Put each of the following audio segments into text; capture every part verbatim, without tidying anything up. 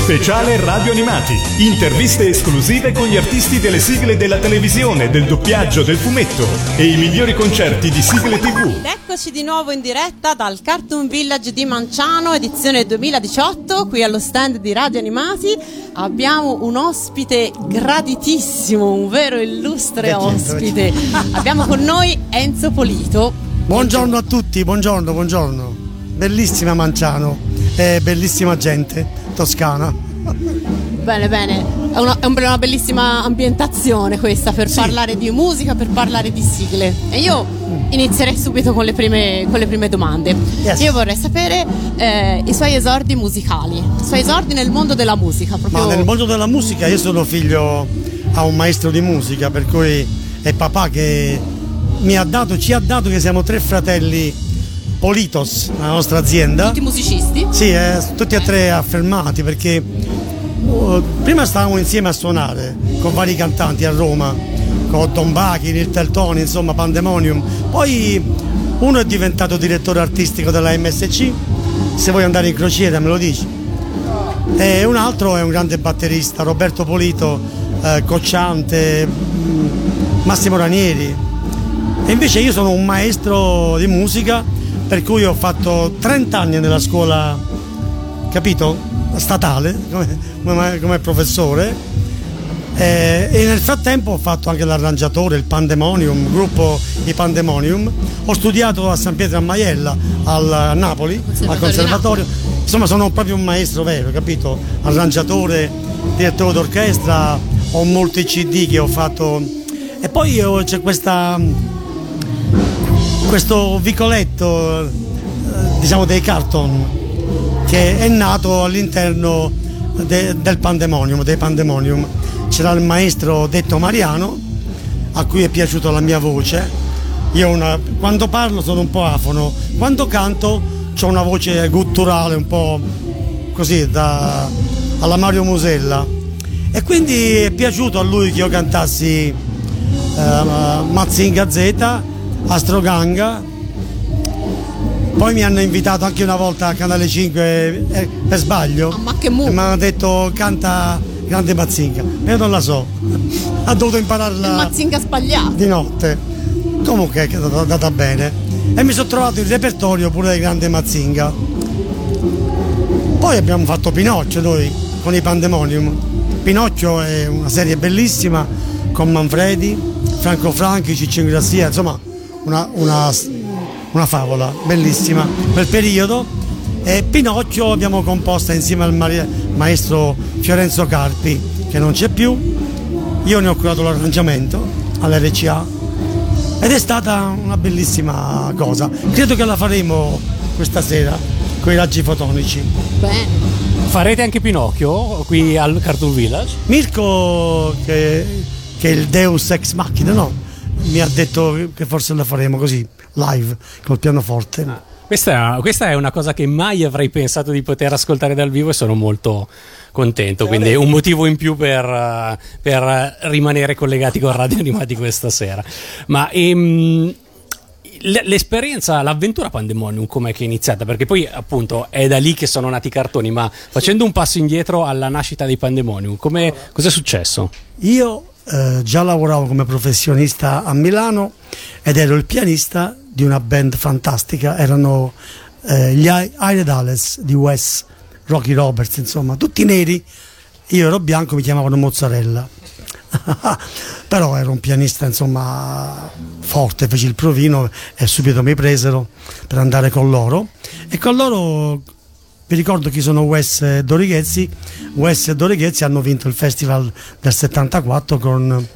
Speciale Radio Animati. Interviste esclusive con gli artisti delle sigle della televisione, del doppiaggio, del fumetto e i migliori concerti di sigle tivù. Ed eccoci di nuovo in diretta dal Cartoon Village di Manciano, edizione duemiladiciotto, qui allo stand di Radio Animati. Abbiamo un ospite graditissimo, un vero illustre ospite. Abbiamo con noi Enzo Polito. Buongiorno a tutti, buongiorno, buongiorno. Bellissima Manciano, eh, bellissima gente toscana. Bene, bene, è una, è una bellissima ambientazione questa per sì. parlare di musica, per parlare di sigle. E io inizierei subito con le prime, con le prime domande. Yes. Io vorrei sapere eh, i suoi esordi musicali, i suoi esordi nel mondo della musica. Proprio... Ma nel mondo della musica io sono figlio a un maestro di musica, per cui è papà che mi ha dato, ci ha dato, che siamo tre fratelli Politos, la nostra azienda. Tutti musicisti? Sì, eh, tutti e tre affermati, perché uh, prima stavamo insieme a suonare con vari cantanti a Roma, con Don Bachi, Nil Teltoni, insomma Pandemonium. Poi uno è diventato direttore artistico della M S C, se vuoi andare in crociera me lo dici. E un altro è un grande batterista, Roberto Polito, eh, Cocciante, Massimo Ranieri. E invece io sono un maestro di musica, per cui ho fatto trenta anni nella scuola, capito? Statale, come, come, come professore, e, e nel frattempo ho fatto anche l'arrangiatore, il Pandemonium, il gruppo di Pandemonium. Ho studiato a San Pietro a Maiella, al, a Napoli, al conservatorio. Insomma, sono proprio un maestro vero, capito? Arrangiatore, direttore d'orchestra, ho molti C D che ho fatto. E poi io, c'è questa... questo vicoletto, diciamo, dei carton, che è nato all'interno de, del Pandemonium, dei Pandemonium. C'era il maestro Detto Mariano, a cui è piaciuta la mia voce. Io una, quando parlo sono un po' afono, quando canto ho una voce gutturale, un po' così, da, alla Mario Musella. E quindi è piaciuto a lui che io cantassi eh, Mazinga Z, Astroganga. Poi mi hanno invitato anche una volta a Canale cinque eh, per sbaglio, ah, ma che mu- e mi hanno detto canta Grande Mazinga, io non la so, ha dovuto impararla il Mazinga sbagliato di notte. Comunque è andata bene e mi sono trovato il repertorio pure del Grande Mazinga. Poi abbiamo fatto Pinocchio noi con i Pandemonium. Pinocchio è una serie bellissima con Manfredi, Franco Franchi, Ciccio Ingrassia, insomma Una, una, una favola bellissima quel periodo. E Pinocchio abbiamo composta insieme al ma- maestro Fiorenzo Carpi, che non c'è più. Io ne ho curato l'arrangiamento all'R C A ed è stata una bellissima cosa. Credo che la faremo questa sera con i raggi fotonici. Bene. Farete anche Pinocchio qui al Cartoon Village? Mirko, che, che è il Deus Ex Machina, no? Mi ha detto che forse la faremo così, live, col pianoforte. Ah, questa, questa è una cosa che mai avrei pensato di poter ascoltare dal vivo e sono molto contento, quindi è un motivo in più per, per rimanere collegati con Radio Animati questa sera. Ma ehm, l'esperienza, l'avventura Pandemonium com'è che è iniziata? Perché poi appunto è da lì che sono nati i cartoni, ma facendo un passo indietro alla nascita dei Pandemonium, come, cos'è successo? Io Eh, già lavoravo come professionista a Milano ed ero il pianista di una band fantastica, erano eh, gli Aire Dales di Wes, Rocky Roberts, insomma tutti neri, io ero bianco, mi chiamavano Mozzarella. Però ero un pianista insomma forte, feci il provino e subito mi presero per andare con loro, e con loro vi ricordo chi sono Wes e Dorighezzi. Wes e Dorighezzi hanno vinto il festival del settantaquattro con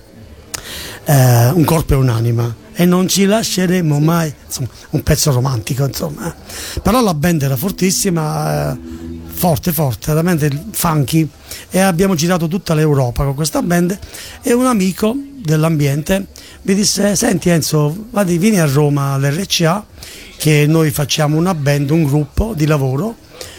eh, Un corpo e un'anima, e non ci lasceremo mai, insomma, un pezzo romantico insomma. Però la band era fortissima, eh, forte forte, veramente funky, e abbiamo girato tutta l'Europa con questa band. E un amico dell'ambiente mi disse: senti Enzo, vadi, vieni a Roma all'R C A che noi facciamo una band, un gruppo di lavoro.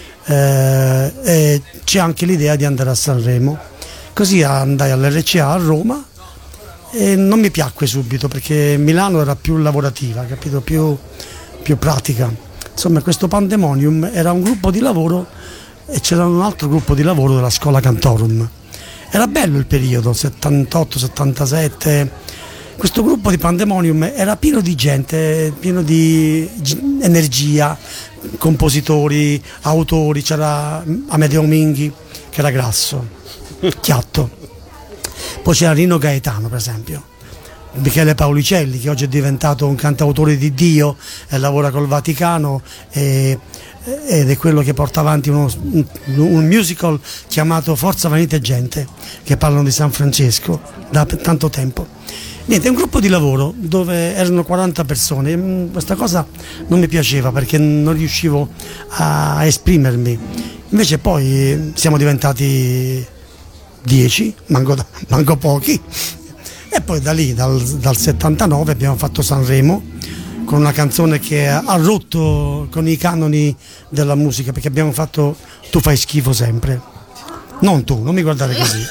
Eh, e c'è anche l'idea di andare a Sanremo. Così andai all'R C A a Roma e non mi piacque subito, perché Milano era più lavorativa, capito? Più, più pratica. Insomma, questo Pandemonium era un gruppo di lavoro e c'era un altro gruppo di lavoro della Schola Cantorum. Era bello il periodo, settantotto settantasette. Questo gruppo di Pandemonium era pieno di gente, pieno di energia, compositori, autori. C'era Amedeo Minghi, che era grasso, chiatto. Poi c'era Rino Gaetano, per esempio. Michele Paulicelli, che oggi è diventato un cantautore di Dio e lavora col Vaticano, e, ed è quello che porta avanti uno, un, un musical chiamato Forza Vanità e Gente, che parlano di San Francesco da tanto tempo. Niente, è un gruppo di lavoro dove erano quaranta persone. Questa cosa non mi piaceva perché non riuscivo a esprimermi. Invece poi siamo diventati dieci, manco, manco pochi. E poi da lì, dal, dal settantanove, abbiamo fatto Sanremo con una canzone che ha rotto con i canoni della musica, perché abbiamo fatto Tu fai schifo sempre. Non tu, non mi guardare così.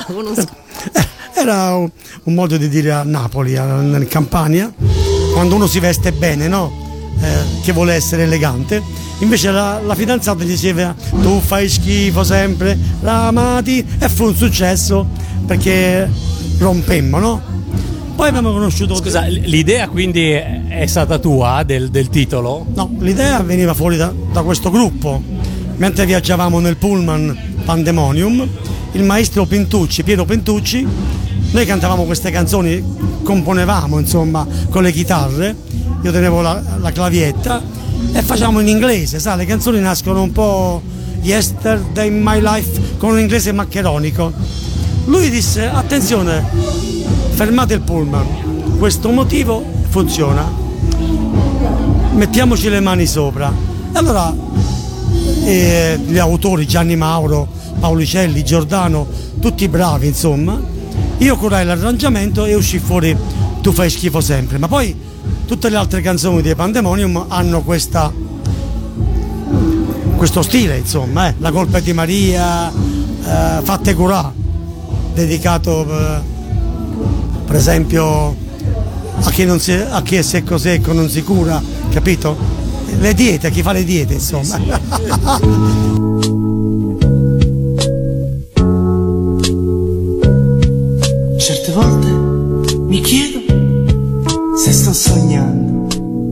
Era un, un modo di dire a Napoli, a, in Campania, quando uno si veste bene, no? Eh, che vuole essere elegante. Invece la, la fidanzata gli diceva tu fai schifo sempre, la amati, e fu un successo perché rompemmo, no? Poi abbiamo conosciuto... Scusa, l'idea quindi è stata tua del, del titolo? No, l'idea veniva fuori da, da questo gruppo. Mentre viaggiavamo nel pullman Pandemonium, il maestro Pintucci, Piero Pintucci, noi cantavamo queste canzoni, componevamo insomma con le chitarre, io tenevo la, la clavietta e facciamo in inglese, sai, le canzoni nascono un po' Yesterday in My Life con un inglese maccheronico. Lui disse attenzione, fermate il pullman, questo motivo funziona, mettiamoci le mani sopra. E allora eh, gli autori Gianni Mauro, Paulicelli, Giordano, tutti bravi insomma, io curai l'arrangiamento e uscì fuori Tu fai schifo sempre. Ma poi tutte le altre canzoni di Pandemonium hanno questa, questo stile insomma, eh. La colpa è di Maria, eh, Fatte curà, dedicato eh, per esempio a chi, non si, a chi è secco secco non si cura, capito? Le diete, a chi fa le diete insomma. Certe volte mi chiedo se sto sognando.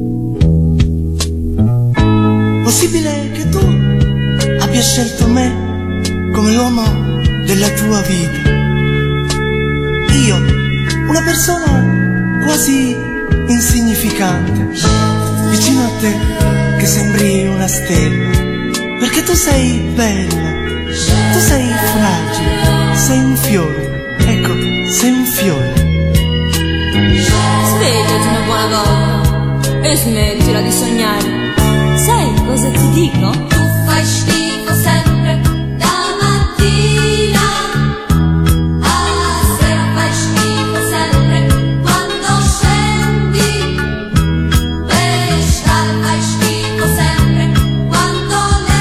Possibile che tu abbia scelto me come l'uomo della tua vita. Io, una persona quasi insignificante, vicino a te che sembri una stella, perché tu sei bella, tu sei fragile, sei un fiore, ecco, sei un fiore. Svegliati una buona volta e smettila di sognare. Sai cosa ti dico? Tu fai schifo sempre, da mattina alla sera fai schifo sempre, quando scendi per strada fai schifo sempre, quando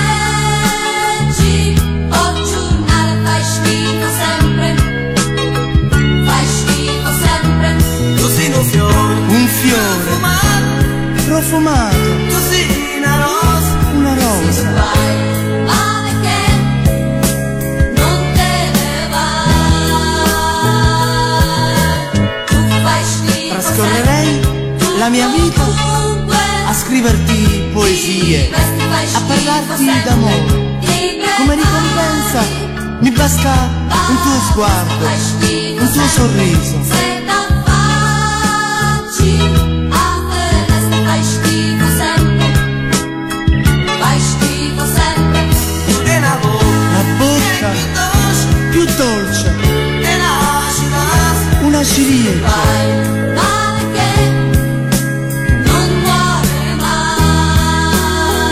leggi o giornale fai schifo sempre, fai schifo sempre. Tu sei un fiore, un fiore profumato, profumato. Tu sei una rosa, una rosa. Vai, male che non te ne vai. Tu fai schifo. Trascorrerei la mia vita a scriverti poesie, a parlarti d'amore. Come ricompensa mi basta un tuo sguardo, un tuo sorriso. Se da facci a festa fai schifo sempre, fai schifo sempre. E la bocca più dolce, una ciliegia. Vai, male che non muore mai.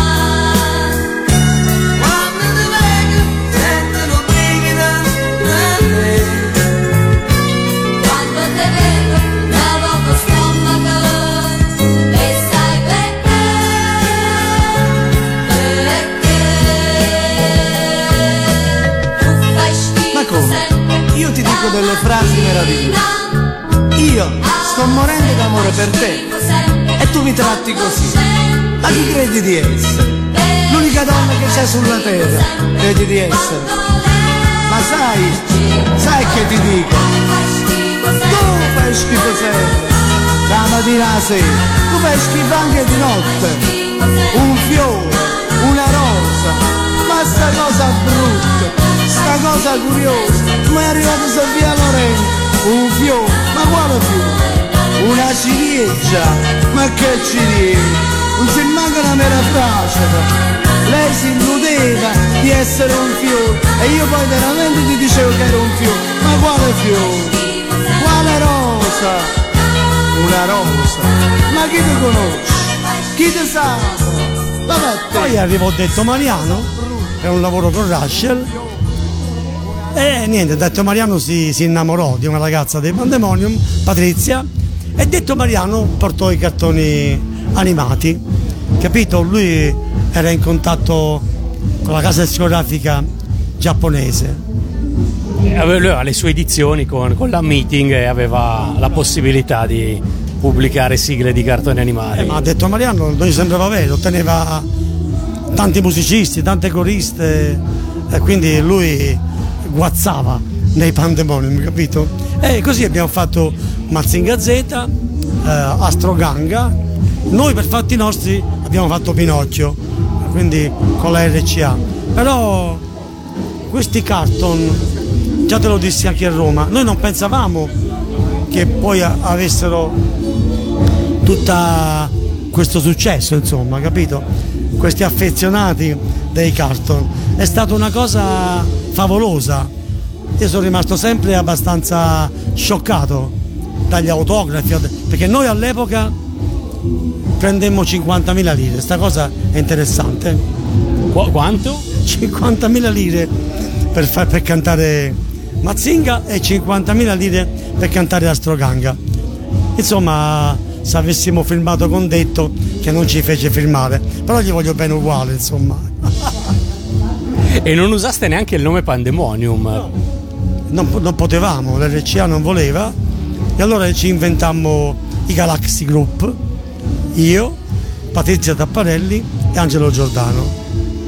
Quando ti vedo sento un brivido nel Quando te vedo provo lo stomaco e sai perché, perché tu fai schifo Ma come? sempre. Io ti dico delle frasi meravigliose. Io sto morendo d'amore per te e e tu mi tratti così. Ma chi credi di essere? L'unica donna che c'è sulla terra, credi di essere? Ma sai, sai che ti dico? Tu fai schifo sempre, la mattina alla sera, tu fai schifo anche di notte. Un fiore, una rosa, ma sta cosa brutta, sta cosa curiosa, ma è arrivata Sofia Loren, un fiore, ma quale fiore? Una ciliegia, ma che ciliegia? Non si manca una mera frase. Lei si illudeva di essere un fiore e io poi veramente ti dicevo che era un fiore. Ma quale fiore? Quale rosa? Una rosa. Ma chi ti conosce? Chi ti sa? Vabbè, poi arrivò Detto Mariano per un lavoro con Rachel e niente, Detto Mariano si, si innamorò di una ragazza dei Pandemonium, Patrizia, e Detto Mariano portò i cartoni animati, capito? Lui era in contatto con la casa discografica giapponese. Lui aveva le sue edizioni con, con la Meeting e aveva la possibilità di pubblicare sigle di cartoni animati. Eh, ma ha detto Mariano, non gli sembrava vero, otteneva tanti musicisti, tante coriste e quindi lui guazzava nei Pandemonium, capito? E così abbiamo fatto Mazinga Z, eh, Astroganga. Noi per fatti nostri abbiamo fatto Pinocchio, quindi con la R C A. Però questi carton, già te lo dissi anche a Roma, noi non pensavamo che poi avessero tutto questo successo, insomma, capito? Questi affezionati dei carton. È stata una cosa favolosa. Io sono rimasto sempre abbastanza scioccato dagli autografi, perché noi all'epoca prendemmo cinquantamila lire, sta cosa è interessante. Qu- quanto? cinquantamila lire per, far, per cantare Mazinga e cinquantamila lire per cantare Astroganga. Insomma, se avessimo filmato con Detto, che non ci fece filmare, però gli voglio bene uguale, insomma. E non usaste neanche il nome Pandemonium? No, non, non potevamo, l'R C A non voleva, e allora ci inventammo i Galaxy Group, io, Patrizia Tapparelli e Angelo Giordano.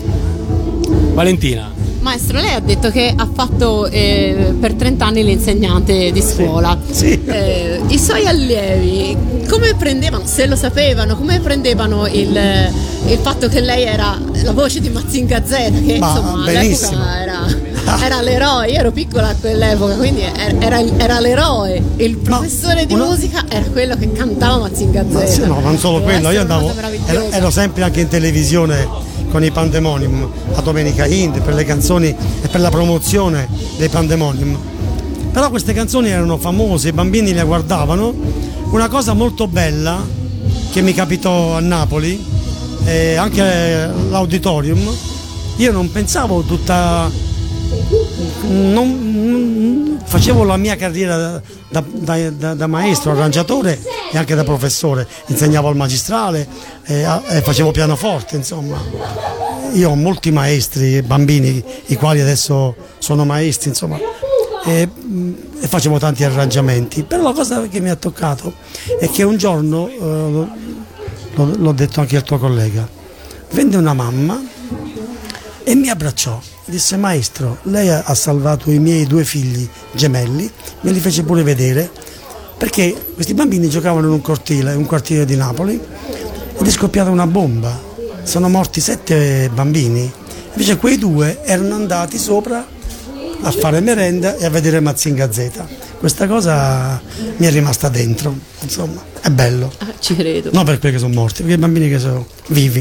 Valentina. Maestro, lei ha detto che ha fatto eh, per trenta anni l'insegnante di scuola. Sì, sì. Eh, I suoi allievi come prendevano, se lo sapevano, come prendevano il, il fatto che lei era la voce di Mazinga Z, che Ma, insomma benissimo. all'epoca era, era l'eroe. Io ero piccola a quell'epoca, quindi era, era l'eroe. Il professore di una... musica era quello che cantava Mazinga Z. Ma sì, no, non solo quello, io andavo, ero, ero sempre anche in televisione con i Pandemonium a Domenica Indie per le canzoni e per la promozione dei Pandemonium. Però queste canzoni erano famose, i bambini le guardavano. Una cosa molto bella che mi capitò a Napoli, e anche l'auditorium, io non pensavo tutta, non, non facevo la mia carriera da, da, da, da maestro, arrangiatore e anche da professore, insegnavo al magistrale e, e facevo pianoforte, insomma. Io ho molti maestri, bambini, i quali adesso sono maestri, insomma, e, e facevo tanti arrangiamenti. Però la cosa che mi ha toccato è che un giorno, eh, l'ho, l'ho detto anche al tuo collega, venne una mamma e mi abbracciò, disse: maestro, lei ha salvato i miei due figli gemelli, me li fece pure vedere, perché questi bambini giocavano in un cortile, un quartiere di Napoli, ed è scoppiata una bomba, sono morti sette bambini, invece quei due erano andati sopra a fare merenda e a vedere Mazinga Z. Questa cosa mi è rimasta dentro, insomma, è bello. Ah, ci credo. Non per quelli che sono morti, perché i bambini che sono vivi.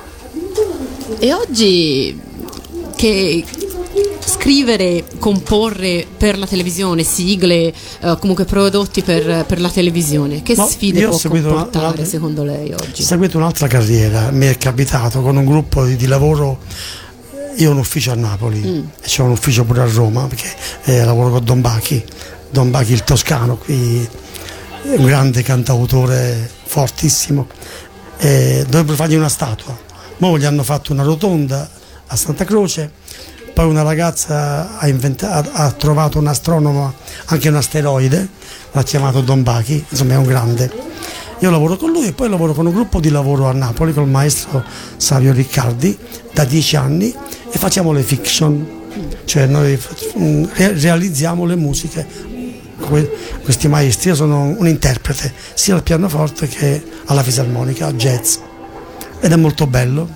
E oggi che scrivere, comporre per la televisione, sigle, eh, comunque prodotti per, per la televisione, che Ma sfide può comportare una, una, secondo lei oggi? Ho seguito un'altra carriera, mi è capitato con un gruppo di, di lavoro, io ho un ufficio a Napoli mm. e c'ho un ufficio pure a Roma, perché eh, lavoro con Don Bachi, Don Bachi il toscano, qui è un grande cantautore fortissimo, eh, dovrebbero fargli una statua. Mo gli hanno fatto una rotonda a Santa Croce, poi una ragazza ha, inventato, ha trovato un astronomo, anche un asteroide, l'ha chiamato Don Bachi, insomma è un grande. Io lavoro con lui e poi lavoro con un gruppo di lavoro a Napoli col maestro Savio Riccardi da dieci anni e facciamo le fiction, cioè noi re- realizziamo le musiche. Questi maestri, io sono un interprete sia al pianoforte che alla fisarmonica, al jazz, ed è molto bello.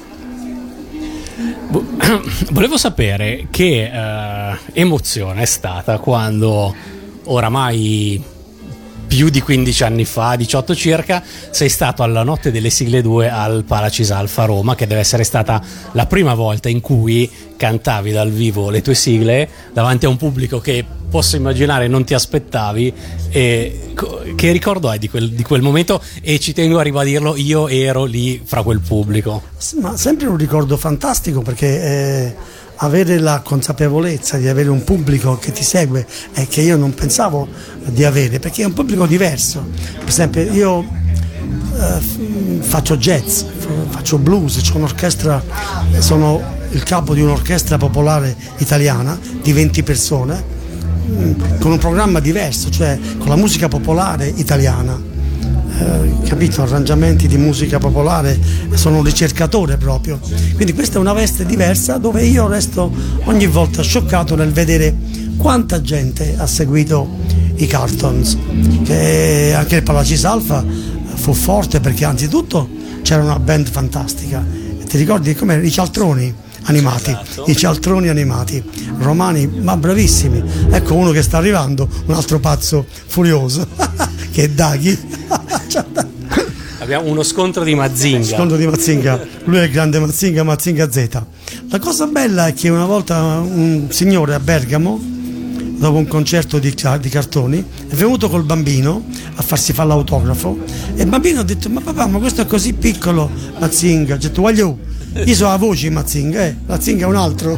Volevo sapere che eh, emozione è stata quando oramai più di quindici anni fa, diciotto circa, sei stato alla Notte delle Sigle due al Palacisalfa a Roma, che deve essere stata la prima volta in cui cantavi dal vivo le tue sigle davanti a un pubblico che posso immaginare non ti aspettavi. E che ricordo hai di quel, di quel momento? E ci tengo a ribadirlo, io ero lì fra quel pubblico. Ma sempre un ricordo fantastico, perché eh, avere la consapevolezza di avere un pubblico che ti segue e che io non pensavo di avere, perché è un pubblico diverso. Per esempio io eh, faccio jazz, faccio blues, c'ho un'orchestra, sono il capo di un'orchestra popolare italiana di venti persone, con un programma diverso, cioè con la musica popolare italiana, eh, capito? Arrangiamenti di musica popolare, sono un ricercatore proprio, quindi questa è una veste diversa dove io resto ogni volta scioccato nel vedere quanta gente ha seguito i Cartons, che anche il Palacisalfa fu forte perché anzitutto c'era una band fantastica, ti ricordi come i Cialtroni animati, esatto. I Cialtroni animati, romani ma bravissimi. Ecco uno che sta arrivando, un altro pazzo furioso che è Daghi. Abbiamo uno scontro di Mazinga. Scontro di Mazinga, lui è il grande Mazinga, Mazinga Z. La cosa bella è che una volta un signore a Bergamo, dopo un concerto di, di cartoni, è venuto col bambino a farsi fare l'autografo e il bambino ha detto: ma papà, ma questo è così piccolo, Mazinga. Ha detto: voglio, io so la voce Mazinga, eh, Mazinga è un altro.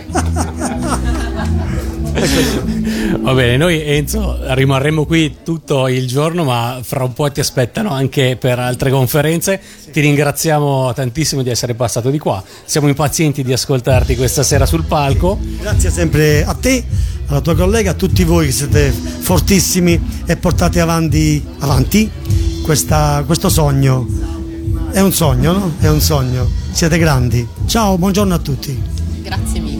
Va bene, noi Enzo rimarremo qui tutto il giorno, ma fra un po' ti aspettano anche per altre conferenze. Ti ringraziamo tantissimo di essere passato di qua, siamo impazienti di ascoltarti questa sera sul palco. Grazie sempre a te, alla tua collega, a tutti voi che siete fortissimi e portate avanti, avanti questa, questo sogno. È un sogno, no? È un sogno, siete grandi. Ciao, buongiorno a tutti. Grazie mille.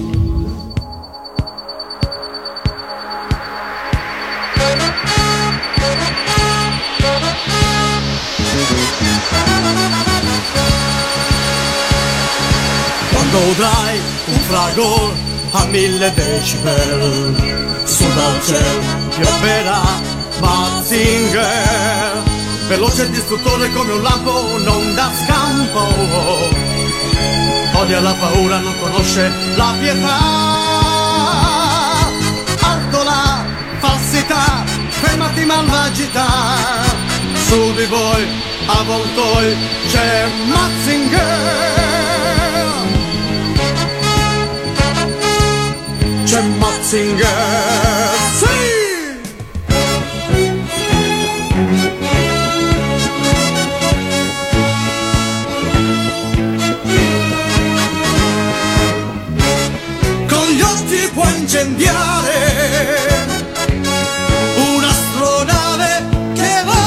Quando udrai un fragor a mille decibel, su dal cielo piomberà Mazinger, veloce e distruttore come un lampo, non dà scampo, odia la paura, non conosce la pietà, alto la falsità, fermati malvagità, su di voi avvoltoi c'è Mazinger. C'è Mazinger, sì! Con gli occhi può incendiare un'astronave che va.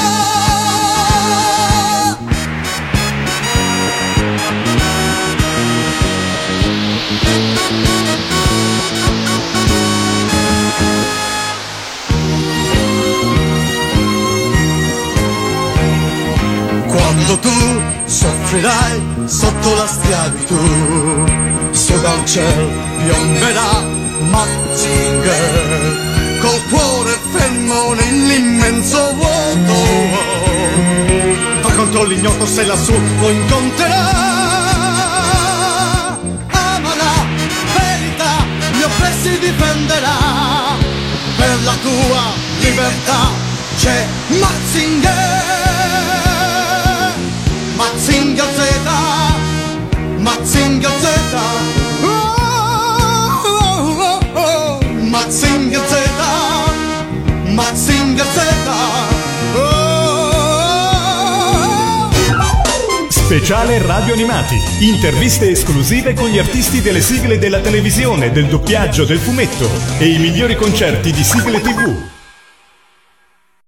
Quando tu soffrirai sotto la schiavitù, su dal cielo piomberà Mazinger, col cuore fermo nell'immenso vuoto, va contro l'ignoto se lassù lo incontrerà, ama la verità, gli oppressi difenderà, per la tua libertà c'è Mazinger. Mazinger Z, Mazinger Z, oh, oh, oh, oh. Mazinger Z, Mazinger Z, oh, oh, oh. Speciale Radio Animati, interviste esclusive con gli artisti delle sigle della televisione, del doppiaggio, del fumetto e i migliori concerti di sigle tivù.